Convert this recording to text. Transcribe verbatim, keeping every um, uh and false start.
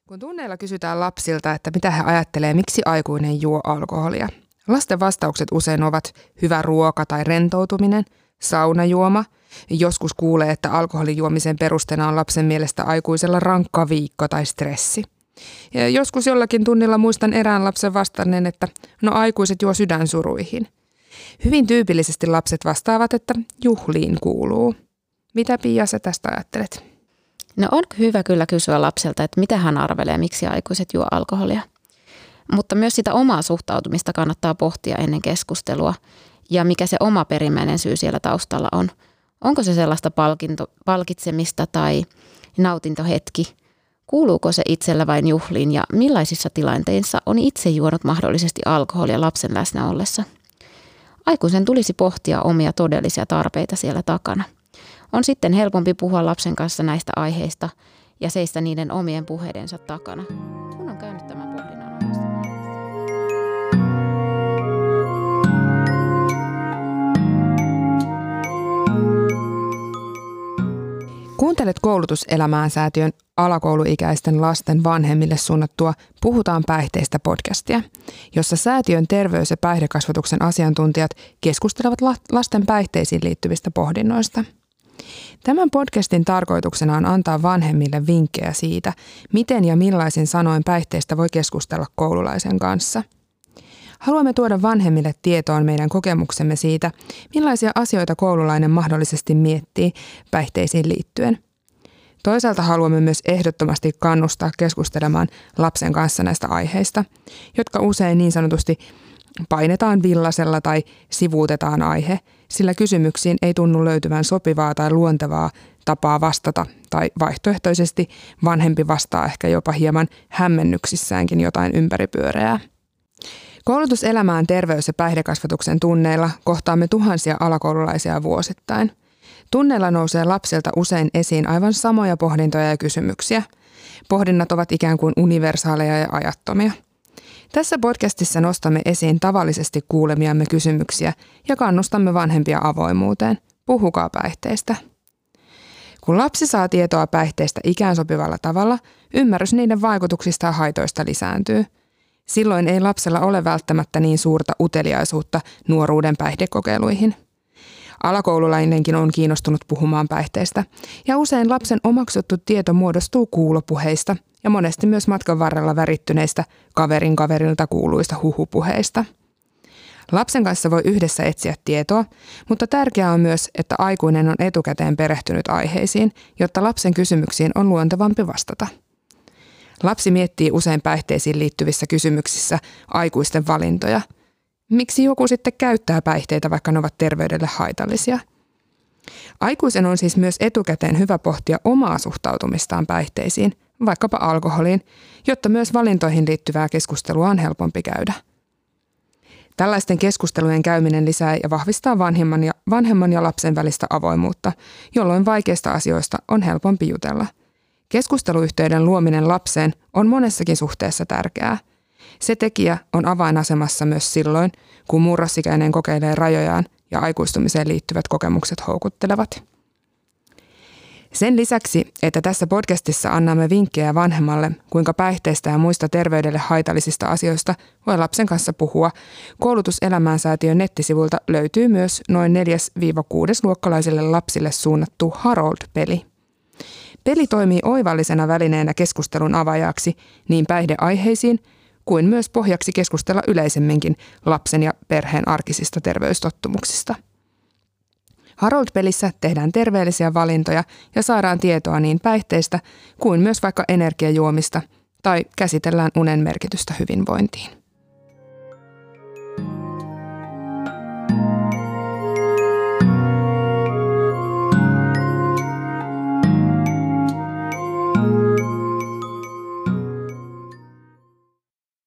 Kun tunneilla kysytään lapsilta, että mitä he ajattelee, miksi aikuinen juo alkoholia, lasten vastaukset usein ovat hyvä ruoka tai rentoutuminen, saunajuoma. Joskus kuulee, että alkoholijuomisen perusteena on lapsen mielestä aikuisella rankka viikko tai stressi. Ja joskus jollakin tunnilla muistan erään lapsen vastanneen, että no aikuiset juo sydänsuruihin. Hyvin tyypillisesti lapset vastaavat, että juhliin kuuluu. Mitä Pia sä tästä ajattelet? No on hyvä kyllä kysyä lapselta, että mitä hän arvelee, miksi aikuiset juo alkoholia. Mutta myös sitä omaa suhtautumista kannattaa pohtia ennen keskustelua ja mikä se oma perimmäinen syy siellä taustalla on. Onko se sellaista palkinto, palkitsemista tai nautintohetki? Kuuluuko se itsellä vain juhliin ja millaisissa tilanteissa on itse juonut mahdollisesti alkoholia lapsen läsnä ollessa? Aikuisen tulisi pohtia omia todellisia tarpeita siellä takana. On sitten helpompi puhua lapsen kanssa näistä aiheista ja seistä niiden omien puheidensa takana, kun on käynyt tämän pohdinnan omassa Kuuntelet Koulutuselämään säätiön alakouluikäisten lasten vanhemmille suunnattua Puhutaan päihteistä podcastia, jossa säätiön terveys- ja päihdekasvatuksen asiantuntijat keskustelevat lasten päihteisiin liittyvistä pohdinnoista. Tämän podcastin tarkoituksena on antaa vanhemmille vinkkejä siitä, miten ja millaisin sanoin päihteistä voi keskustella koululaisen kanssa. Haluamme tuoda vanhemmille tietoon meidän kokemuksemme siitä, millaisia asioita koululainen mahdollisesti miettii päihteisiin liittyen. Toisaalta haluamme myös ehdottomasti kannustaa keskustelemaan lapsen kanssa näistä aiheista, jotka usein niin sanotusti painetaan villasella tai sivuutetaan aihe, sillä kysymyksiin ei tunnu löytyvän sopivaa tai luontevaa tapaa vastata, tai vaihtoehtoisesti vanhempi vastaa ehkä jopa hieman hämmennyksissäänkin jotain ympäripyöreää. Koulutuselämään terveys- ja päihdekasvatuksen tunneilla kohtaamme tuhansia alakoululaisia vuosittain. Tunneilla nousee lapsilta usein esiin aivan samoja pohdintoja ja kysymyksiä. Pohdinnat ovat ikään kuin universaaleja ja ajattomia. Tässä podcastissa nostamme esiin tavallisesti kuulemiamme kysymyksiä ja kannustamme vanhempia avoimuuteen. Puhukaa päihteistä. Kun lapsi saa tietoa päihteistä ikään sopivalla tavalla, ymmärrys niiden vaikutuksista ja haitoista lisääntyy. Silloin ei lapsella ole välttämättä niin suurta uteliaisuutta nuoruuden päihdekokeiluihin. Alakoululainenkin on kiinnostunut puhumaan päihteistä, ja usein lapsen omaksuttu tieto muodostuu kuulopuheista ja monesti myös matkan varrella värittyneistä kaverin kaverilta kuuluista huhupuheista. Lapsen kanssa voi yhdessä etsiä tietoa, mutta tärkeää on myös, että aikuinen on etukäteen perehtynyt aiheisiin, jotta lapsen kysymyksiin on luontevampi vastata. Lapsi miettii usein päihteisiin liittyvissä kysymyksissä aikuisten valintoja. Miksi joku sitten käyttää päihteitä, vaikka ne ovat terveydelle haitallisia? Aikuisen on siis myös etukäteen hyvä pohtia omaa suhtautumistaan päihteisiin, vaikkapa alkoholiin, jotta myös valintoihin liittyvää keskustelua on helpompi käydä. Tällaisten keskustelujen käyminen lisää ja vahvistaa vanhemman ja, vanhemman ja lapsen välistä avoimuutta, jolloin vaikeista asioista on helpompi jutella. Keskusteluyhteyden luominen lapseen on monessakin suhteessa tärkeää. Se tekijä on avainasemassa myös silloin, kun murrosikäinen kokeilee rajojaan ja aikuistumiseen liittyvät kokemukset houkuttelevat. Sen lisäksi, että tässä podcastissa annamme vinkkejä vanhemmalle, kuinka päihteistä ja muista terveydelle haitallisista asioista voi lapsen kanssa puhua, Koulutuselämään säätiön nettisivulta löytyy myös noin neljäs-kuudesluokkalaisille lapsille suunnattu Harold-peli. Peli toimii oivallisena välineenä keskustelun avaajaksi niin päihdeaiheisiin kuin myös pohjaksi keskustella yleisemminkin lapsen ja perheen arkisista terveystottumuksista. Harold-pelissä tehdään terveellisiä valintoja ja saadaan tietoa niin päihteistä kuin myös vaikka energiajuomista tai käsitellään unen merkitystä hyvinvointiin.